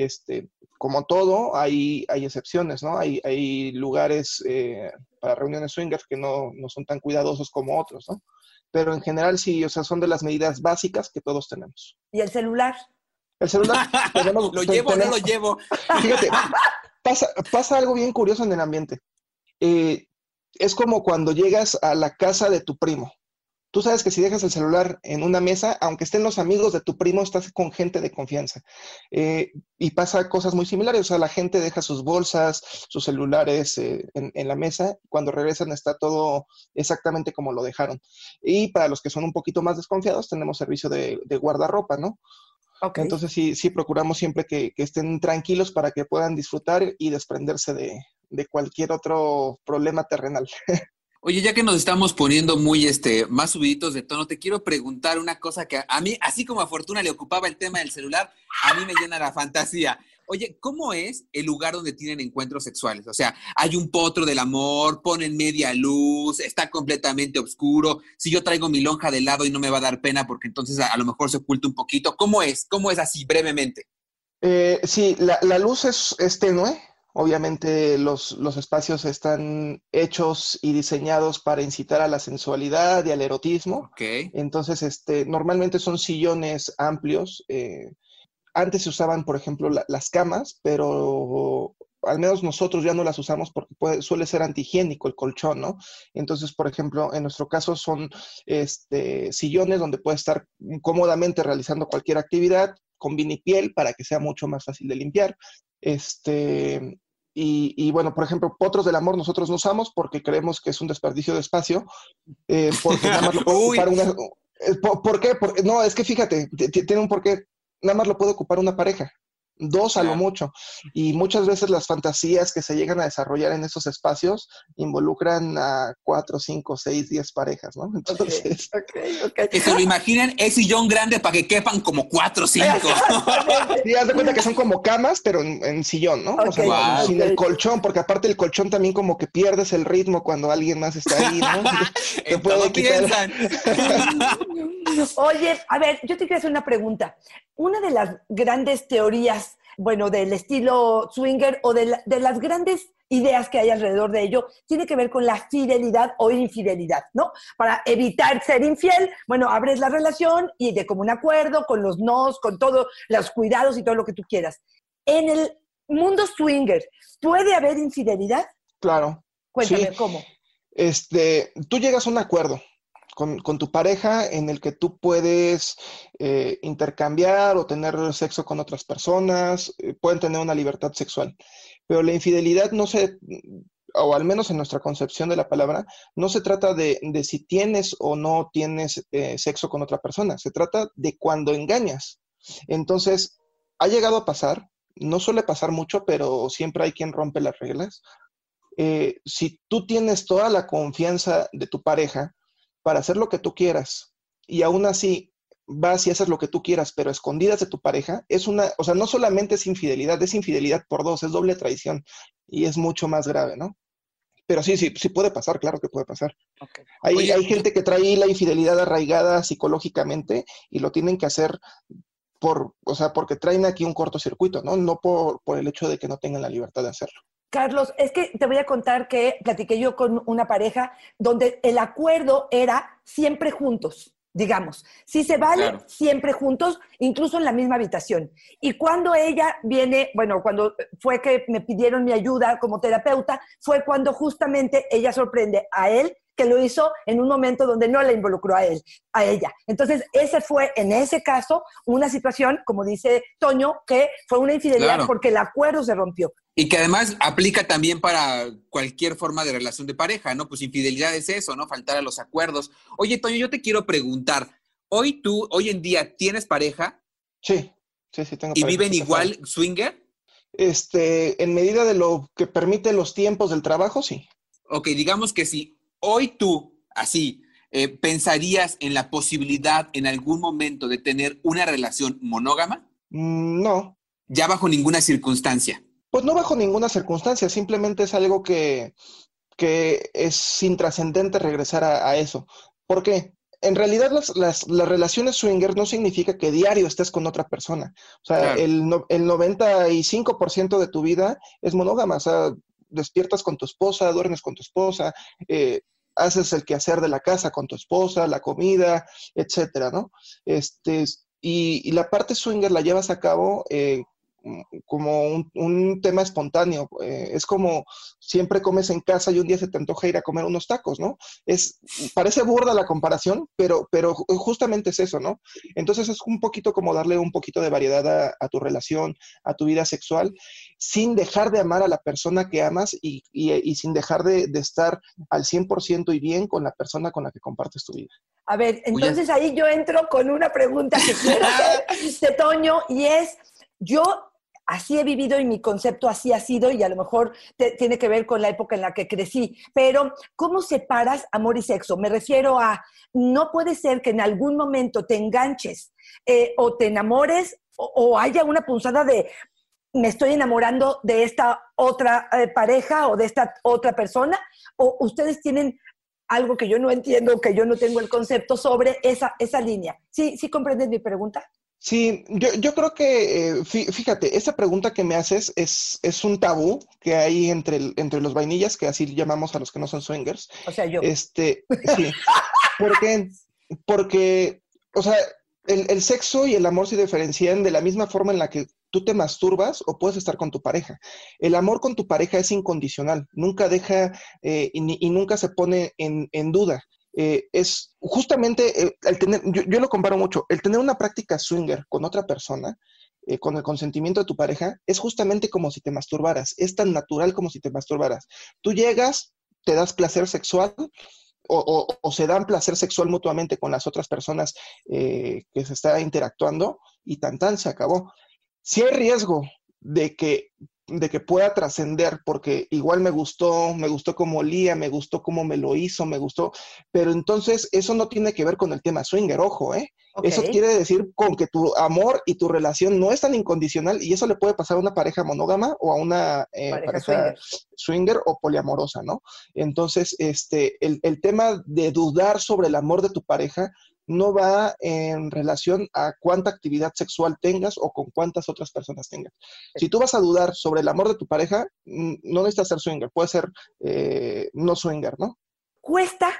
Como todo, hay excepciones, ¿no? Hay lugares para reuniones swingers que no son tan cuidadosos como otros, ¿no? Pero en general sí, o sea, son de las medidas básicas que todos tenemos. ¿Y el celular? El celular, ¿Lo llevo o no lo llevo? Fíjate, pasa algo bien curioso en el ambiente. Es como cuando llegas a la casa de tu primo. Tú sabes que si dejas el celular en una mesa, aunque estén los amigos de tu primo, estás con gente de confianza. Y pasa cosas muy similares. O sea, la gente deja sus bolsas, sus celulares en la mesa. Cuando regresan está todo exactamente como lo dejaron. Y para los que son un poquito más desconfiados, tenemos servicio de guardarropa, ¿no? Okay. Entonces sí procuramos siempre que estén tranquilos para que puedan disfrutar y desprenderse de cualquier otro problema terrenal. Oye, ya que nos estamos poniendo muy más subiditos de tono, te quiero preguntar una cosa que a mí, así como a Fortuna le ocupaba el tema del celular, a mí me llena la fantasía. Oye, ¿cómo es el lugar donde tienen encuentros sexuales? O sea, hay un potro del amor, ponen media luz, está completamente oscuro. Si yo traigo mi lonja de lado y no me va a dar pena porque entonces a lo mejor se oculta un poquito. ¿Cómo es? ¿Cómo es así, brevemente? Sí, la luz es tenue. Obviamente los espacios están hechos y diseñados para incitar a la sensualidad y al erotismo. Okay. Entonces, normalmente son sillones amplios. Antes se usaban, por ejemplo, las camas, pero al menos nosotros ya no las usamos porque suele ser antihigiénico el colchón, ¿no? Entonces, por ejemplo, en nuestro caso son sillones donde puedes estar cómodamente realizando cualquier actividad con vinipiel para que sea mucho más fácil de limpiar. Y bueno, por ejemplo, potros del amor nosotros no usamos porque creemos que es un desperdicio de espacio, porque nada más lo puede ocupar una... ¿Por qué? No, es que fíjate, tiene un porqué. Nada más lo puede ocupar una pareja, 2 a lo mucho. Y muchas veces las fantasías que se llegan a desarrollar en esos espacios involucran a 4, 5, 6, 10 parejas, ¿no? Entonces, okay. Que se lo imaginen, es sillón grande para que quepan como 4 o 5. Sí, haz de cuenta que son como camas, pero en sillón, ¿no? Okay. O sea, sin el colchón, porque aparte el colchón también como que pierdes el ritmo cuando alguien más está ahí, ¿no? Te puede quitar. Oye, a ver, yo te quiero hacer una pregunta. Una de las grandes teorías, bueno, del estilo swinger o de las grandes ideas que hay alrededor de ello, tiene que ver con la fidelidad o infidelidad, ¿no? Para evitar ser infiel, bueno, abres la relación y de común acuerdo, con los nos, con todos los cuidados y todo lo que tú quieras. En el mundo swinger, ¿puede haber infidelidad? Claro. Cuéntame, Sí. ¿cómo? Tú llegas a un acuerdo con tu pareja en el que tú puedes intercambiar o tener sexo con otras personas, pueden tener una libertad sexual, pero la infidelidad no se, o al menos en nuestra concepción de la palabra, no se trata de si tienes o no tienes sexo con otra persona, se trata de cuando engañas. Entonces, ha llegado a pasar, no suele pasar mucho, pero siempre hay quien rompe las reglas. Si tú tienes toda la confianza de tu pareja para hacer lo que tú quieras y aún así vas y haces lo que tú quieras, pero a escondidas de tu pareja, o sea, no solamente es infidelidad por dos, es doble traición y es mucho más grave, ¿no? Pero sí puede pasar, claro que puede pasar. Okay. Hay Oye, gente que trae la infidelidad arraigada psicológicamente y lo tienen que hacer porque traen aquí un cortocircuito, ¿no? No por el hecho de que no tengan la libertad de hacerlo. Carlos, es que te voy a contar que platiqué yo con una pareja donde el acuerdo era siempre juntos, digamos. Si se vale, claro, siempre juntos, incluso en la misma habitación. Y cuando ella viene, bueno, cuando fue que me pidieron mi ayuda como terapeuta, fue cuando justamente ella sorprende a él que lo hizo en un momento donde no la involucró a ella. Entonces, ese fue, en ese caso, una situación, como dice Toño, que fue una infidelidad claro. porque el acuerdo se rompió. Y que además aplica también para cualquier forma de relación de pareja, ¿no? Pues infidelidad es eso, ¿no? Faltar a los acuerdos. Oye, Toño, yo te quiero preguntar, hoy en día, ¿tienes pareja? Sí, tengo ¿Y pareja. viven igual swinger? En medida de lo que permiten los tiempos del trabajo, sí. Ok, digamos que si hoy tú, así, ¿pensarías en la posibilidad en algún momento de tener una relación monógama? No. Ya bajo ninguna circunstancia. Pues no bajo ninguna circunstancia, simplemente es algo que es intrascendente regresar a eso. ¿Por qué? En realidad las relaciones swinger no significa que diario estés con otra persona. O sea, Claro. el 95% de tu vida es monógama. O sea, despiertas con tu esposa, duermes con tu esposa, haces el quehacer de la casa con tu esposa, la comida, etcétera, ¿no? Y la parte swinger la llevas a cabo como un tema espontáneo. Es como siempre comes en casa y un día se te antoja ir a comer unos tacos, ¿no? Parece burda la comparación, pero justamente es eso, ¿no? Entonces es un poquito como darle un poquito de variedad a tu relación, a tu vida sexual, sin dejar de amar a la persona que amas y sin dejar de estar al 100% y bien con la persona con la que compartes tu vida. A ver, entonces ahí yo entro con una pregunta que quiero hacer de Toño, y es, yo así he vivido y mi concepto así ha sido, y a lo mejor tiene que ver con la época en la que crecí, pero ¿cómo separas amor y sexo? Me refiero a, no puede ser que en algún momento te enganches o te enamores o haya una punzada de me estoy enamorando de esta otra pareja o de esta otra persona, o ustedes tienen algo que yo no entiendo, que yo no tengo el concepto sobre esa línea. ¿Sí comprendes mi pregunta? Sí, yo creo que, fíjate, esa pregunta que me haces es un tabú que hay entre los vainillas, que así llamamos a los que no son swingers. O sea, yo. Sí, porque, o sea, el sexo y el amor se diferencian de la misma forma en la que tú te masturbas o puedes estar con tu pareja. El amor con tu pareja es incondicional, nunca deja y nunca se pone en duda. Es justamente el tener, yo lo comparo mucho, el tener una práctica swinger con otra persona, con el consentimiento de tu pareja, es justamente como si te masturbaras, es tan natural como si te masturbaras. Tú llegas, te das placer sexual, o se dan placer sexual mutuamente con las otras personas que se está interactuando, y tan se acabó. Si hay riesgo de que pueda trascender, porque igual me gustó cómo olía, me gustó cómo me lo hizo, pero entonces eso no tiene que ver con el tema swinger, ojo, ¿eh? Okay. Eso quiere decir con que tu amor y tu relación no es tan incondicional, y eso le puede pasar a una pareja monógama o a una pareja swinger o poliamorosa, ¿no? Entonces, el tema de dudar sobre el amor de tu pareja no va en relación a cuánta actividad sexual tengas o con cuántas otras personas tengas. Si tú vas a dudar sobre el amor de tu pareja, no necesitas ser swinger, puede ser no swinger, ¿no? ¿Cuesta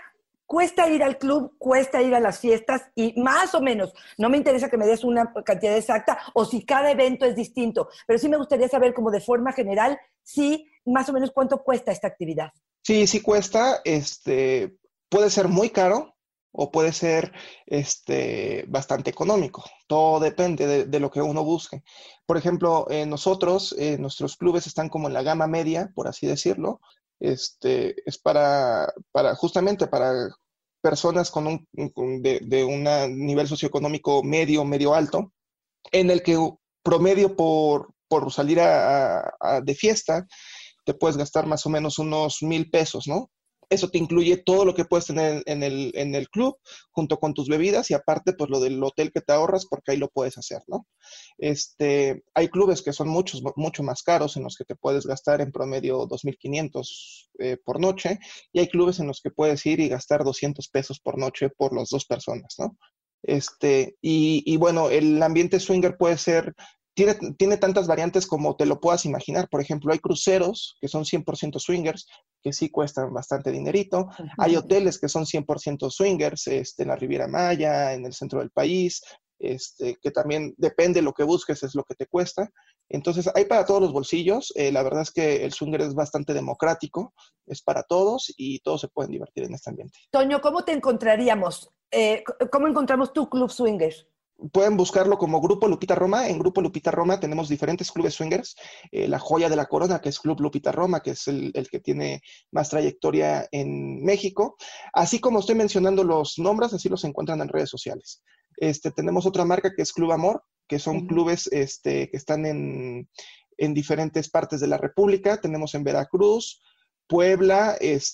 cuesta ir al club, cuesta ir a las fiestas y más o menos, no me interesa que me des una cantidad exacta o si cada evento es distinto, pero sí me gustaría saber como de forma general, sí, más o menos cuánto cuesta esta actividad. Sí, sí cuesta, puede ser muy caro o puede ser bastante económico. Todo depende de lo que uno busque. Por ejemplo, nosotros, nuestros clubes están como en la gama media, por así decirlo. Es justamente para personas de un nivel socioeconómico medio alto, en el que promedio por salir de fiesta, te puedes gastar más o menos unos 1,000 pesos, ¿no? Eso te incluye todo lo que puedes tener en el club, junto con tus bebidas, y aparte, pues lo del hotel que te ahorras, porque ahí lo puedes hacer, ¿no? Hay clubes que son mucho más caros, en los que te puedes gastar en promedio 2,500 por noche, y hay clubes en los que puedes ir y gastar 200 pesos por noche por las 2 personas, ¿no? Y bueno, el ambiente swinger puede ser... Tiene tantas variantes como te lo puedas imaginar. Por ejemplo, hay cruceros que son 100% swingers, que sí cuestan bastante dinerito. Hay hoteles que son 100% swingers, en la Riviera Maya, en el centro del país, que también depende de lo que busques, es lo que te cuesta. Entonces, hay para todos los bolsillos. La verdad es que el swinger es bastante democrático, es para todos y todos se pueden divertir en este ambiente. Toño, ¿cómo te encontraríamos? ¿Cómo encontramos tu club swinger? Pueden buscarlo como Grupo Lupita Roma. En Grupo Lupita Roma tenemos diferentes clubes swingers. La joya de la corona, que es Club Lupita Roma, que es el que tiene más trayectoria en México. Así como estoy mencionando los nombres, así los encuentran en redes sociales. Tenemos otra marca que es Club Amor, que son clubes que están en diferentes partes de la República. Tenemos en Veracruz, Puebla,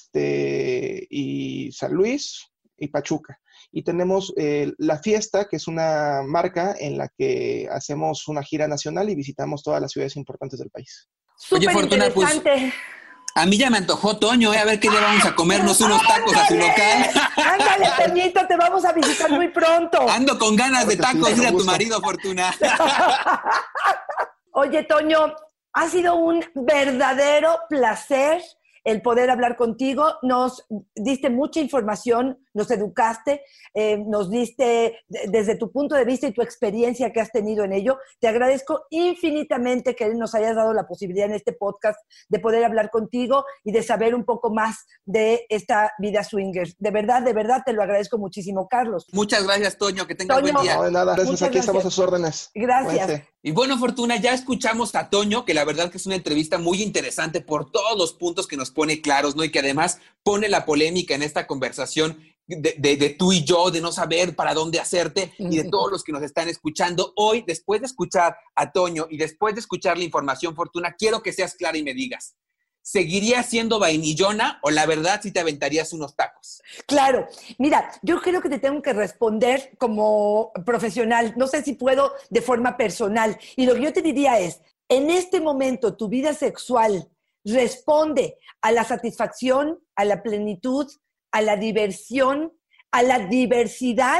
y San Luis y Pachuca. Y tenemos La Fiesta, que es una marca en la que hacemos una gira nacional y visitamos todas las ciudades importantes del país. Oye, Fortuna, pues a mí ya me antojó Toño, a ver qué día vamos a comernos unos tacos a su local. Ándale, Toñito, te vamos a visitar muy pronto. Ando con ganas de tacos, dile a tu marido, Fortuna. Oye, Toño, ha sido un verdadero placer el poder hablar contigo. Nos diste mucha información, nos educaste, nos diste desde tu punto de vista y tu experiencia que has tenido en ello. Te agradezco infinitamente que nos hayas dado la posibilidad en este podcast de poder hablar contigo y de saber un poco más de esta vida swinger. De verdad, te lo agradezco muchísimo, Carlos. Muchas gracias, Toño, que tengas buen día. No, de nada, gracias, aquí estamos a sus órdenes. Gracias. Cuídense. Y bueno, Fortuna, ya escuchamos a Toño, que la verdad que es una entrevista muy interesante por todos los puntos que nos pone claros, ¿no? Y que además pone la polémica en esta conversación de tú y yo, de no saber para dónde hacerte, y de todos los que nos están escuchando. Hoy, después de escuchar a Toño y después de escuchar la información, Fortuna, quiero que seas clara y me digas, ¿seguirías siendo vainillona o la verdad si te aventarías unos tacos? Claro, mira, yo creo que te tengo que responder como profesional, no sé si puedo de forma personal, y lo que yo te diría es, en este momento tu vida sexual responde a la satisfacción, a la plenitud, a la diversión, a la diversidad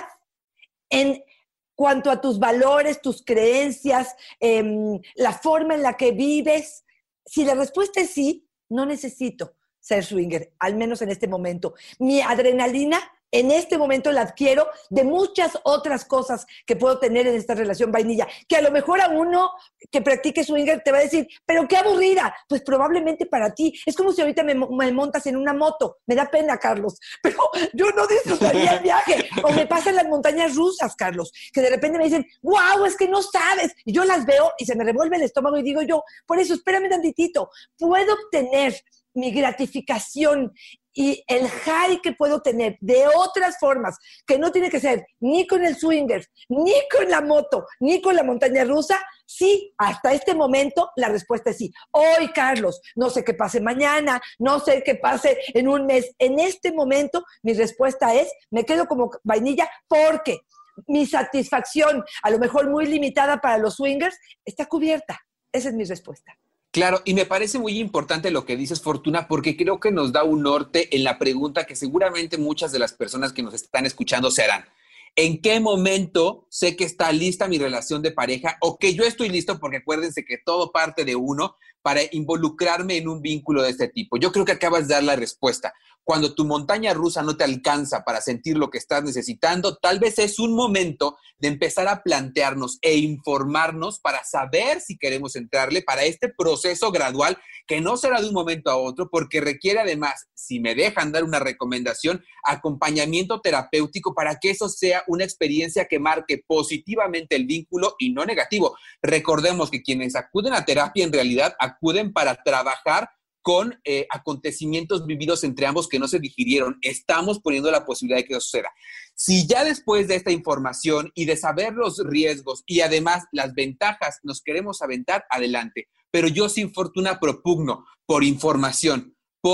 en cuanto a tus valores, tus creencias, la forma en la que vives. Si la respuesta es sí, no necesito ser swinger, al menos en este momento. Mi adrenalina en este momento la adquiero de muchas otras cosas que puedo tener en esta relación vainilla, que a lo mejor a uno que practique swinger te va a decir, pero qué aburrida. Pues probablemente para ti. Es como si ahorita me montas en una moto. Me da pena, Carlos, pero yo no disfrutaría el viaje. O me pasan las montañas rusas, Carlos, que de repente me dicen, wow, es que no sabes. Y yo las veo y se me revuelve el estómago y digo yo, por eso, espérame tantitito. Puedo obtener mi gratificación y el high que puedo tener de otras formas, que no tiene que ser ni con el swinger, ni con la moto, ni con la montaña rusa. Sí, hasta este momento la respuesta es sí. Hoy, Carlos, no sé qué pase mañana, no sé qué pase en un mes. En este momento mi respuesta es, me quedo como vainilla porque mi satisfacción, a lo mejor muy limitada para los swingers, está cubierta. Esa es mi respuesta. Claro, y me parece muy importante lo que dices, Fortuna, porque creo que nos da un norte en la pregunta que seguramente muchas de las personas que nos están escuchando se harán. ¿En qué momento sé que está lista mi relación de pareja o que yo estoy listo? Porque acuérdense que todo parte de uno para involucrarme en un vínculo de este tipo? Yo creo que acabas de dar la respuesta. Cuando tu montaña rusa no te alcanza para sentir lo que estás necesitando, tal vez es un momento de empezar a plantearnos e informarnos para saber si queremos entrarle para este proceso gradual que no será de un momento a otro, porque requiere además, si me dejan dar una recomendación, acompañamiento terapéutico para que eso sea una experiencia que marque positivamente el vínculo y no negativo. Recordemos que quienes acuden a terapia en realidad acuden para trabajar con acontecimientos vividos entre ambos que no se digirieron. Estamos poniendo la posibilidad de que eso suceda. Si ya después de esta información y de saber los riesgos y además las ventajas nos queremos aventar, adelante. Pero yo sin Fortuna propugno por información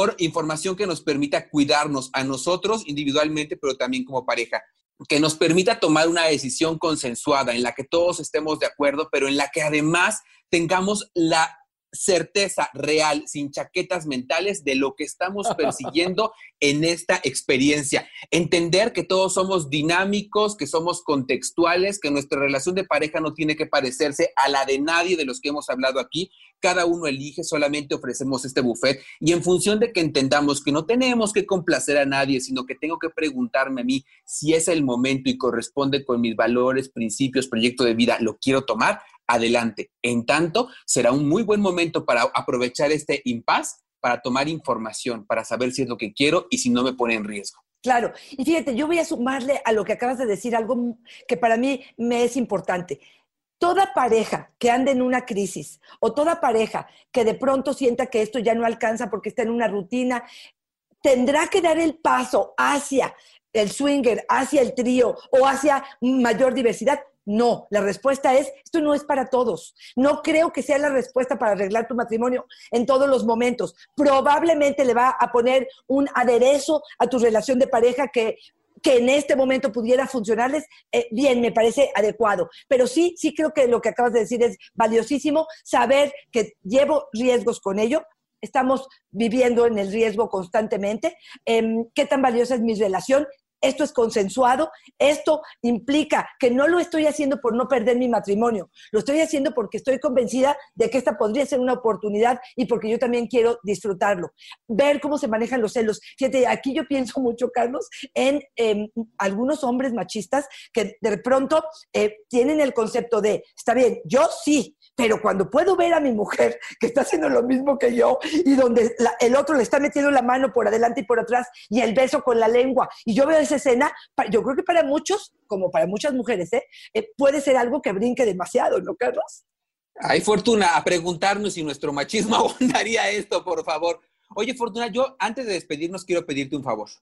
que nos permita cuidarnos a nosotros individualmente, pero también como pareja, que nos permita tomar una decisión consensuada en la que todos estemos de acuerdo, pero en la que además tengamos la certeza real, sin chaquetas mentales, de lo que estamos persiguiendo en esta experiencia. Entender que todos somos dinámicos, que somos contextuales, que nuestra relación de pareja no tiene que parecerse a la de nadie de los que hemos hablado aquí. Cada uno elige, solamente ofrecemos este buffet, y en función de que entendamos que no tenemos que complacer a nadie, sino que tengo que preguntarme a mí si es el momento y corresponde con mis valores, principios, proyecto de vida, lo quiero tomar, adelante. En tanto, será un muy buen momento para aprovechar este impasse para tomar información, para saber si es lo que quiero y si no me pone en riesgo. Claro, y fíjate, yo voy a sumarle a lo que acabas de decir algo que para mí me es importante. Toda pareja que ande en una crisis o toda pareja que de pronto sienta que esto ya no alcanza porque está en una rutina, tendrá que dar el paso hacia el swinger, hacia el trío o hacia mayor diversidad. No, la respuesta es, esto no es para todos. No creo que sea la respuesta para arreglar tu matrimonio en todos los momentos. Probablemente le va a poner un aderezo a tu relación de pareja que en este momento pudiera funcionarles bien, me parece adecuado. Pero sí creo que lo que acabas de decir es valiosísimo, saber que llevo riesgos con ello. Estamos viviendo en el riesgo constantemente. ¿Qué tan valiosa es mi relación? Esto es consensuado, esto implica que no lo estoy haciendo por no perder mi matrimonio, lo estoy haciendo porque estoy convencida de que esta podría ser una oportunidad y porque yo también quiero disfrutarlo. Ver cómo se manejan los celos. Fíjate, aquí yo pienso mucho, Carlos, en algunos hombres machistas que de pronto tienen el concepto de, está bien, yo sí, pero cuando puedo ver a mi mujer que está haciendo lo mismo que yo y donde el otro le está metiendo la mano por adelante y por atrás y el beso con la lengua, y yo veo esa escena, yo creo que para muchos, como para muchas mujeres, puede ser algo que brinque demasiado, ¿no, Carlos? Ay, Fortuna, a preguntarnos si nuestro machismo abundaría esto, por favor. Oye, Fortuna, yo antes de despedirnos quiero pedirte un favor.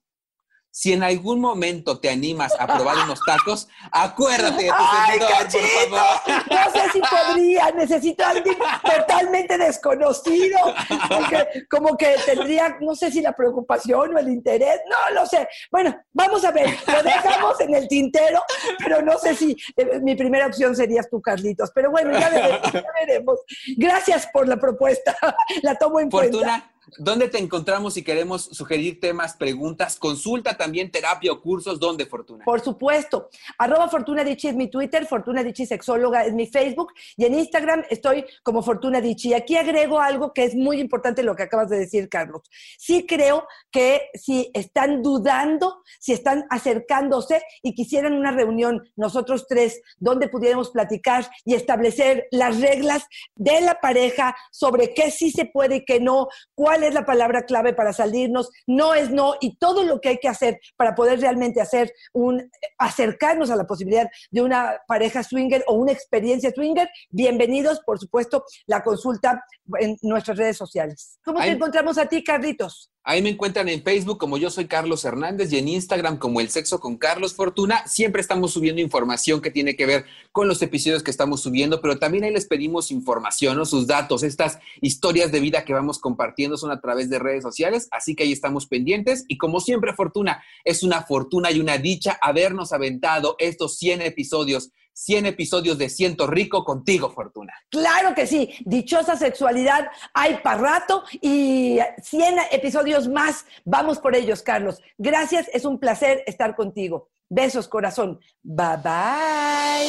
Si en algún momento te animas a probar unos tacos, acuérdate de tu servidor, por favor. No sé si podría, necesito a alguien totalmente desconocido, porque como que tendría, no sé si la preocupación o el interés, no lo sé. Bueno, vamos a ver, lo dejamos en el tintero, pero no sé si mi primera opción serías tú, Carlitos. Pero bueno, ya veremos. Gracias por la propuesta, la tomo en Fortuna, cuenta. ¿Dónde te encontramos si queremos sugerir temas, preguntas, consulta también, terapia o cursos? ¿Dónde, Fortuna? Por supuesto. @FortunaDichi es mi Twitter, Fortuna Dichi Sexóloga es mi Facebook, y en Instagram estoy como Fortuna Dichi. Aquí agrego algo que es muy importante, lo que acabas de decir, Carlos. Sí creo que si están dudando, si están acercándose y quisieran una reunión, nosotros tres, donde pudiéramos platicar y establecer las reglas de la pareja sobre qué sí se puede y qué no, cuál es la palabra clave para salirnos, no es no, y todo lo que hay que hacer para poder realmente acercarnos a la posibilidad de una pareja swinger o una experiencia swinger. Bienvenidos, por supuesto, la consulta en nuestras redes sociales. ¿Cómo te encontramos a ti, Carlitos? Ahí me encuentran en Facebook como Yo Soy Carlos Hernández y en Instagram como El Sexo con Carlos Fortuna. Siempre estamos subiendo información que tiene que ver con los episodios que estamos subiendo, pero también ahí les pedimos información, ¿no? Sus datos, estas historias de vida que vamos compartiendo son a través de redes sociales, así que ahí estamos pendientes. Y como siempre, Fortuna, es una fortuna y una dicha habernos aventado estos 100 episodios. 100 episodios de Siento Rico contigo, Fortuna. Claro que sí, dichosa sexualidad hay para rato y 100 episodios más. Vamos por ellos, Carlos. Gracias, es un placer estar contigo. Besos, corazón. Bye, bye.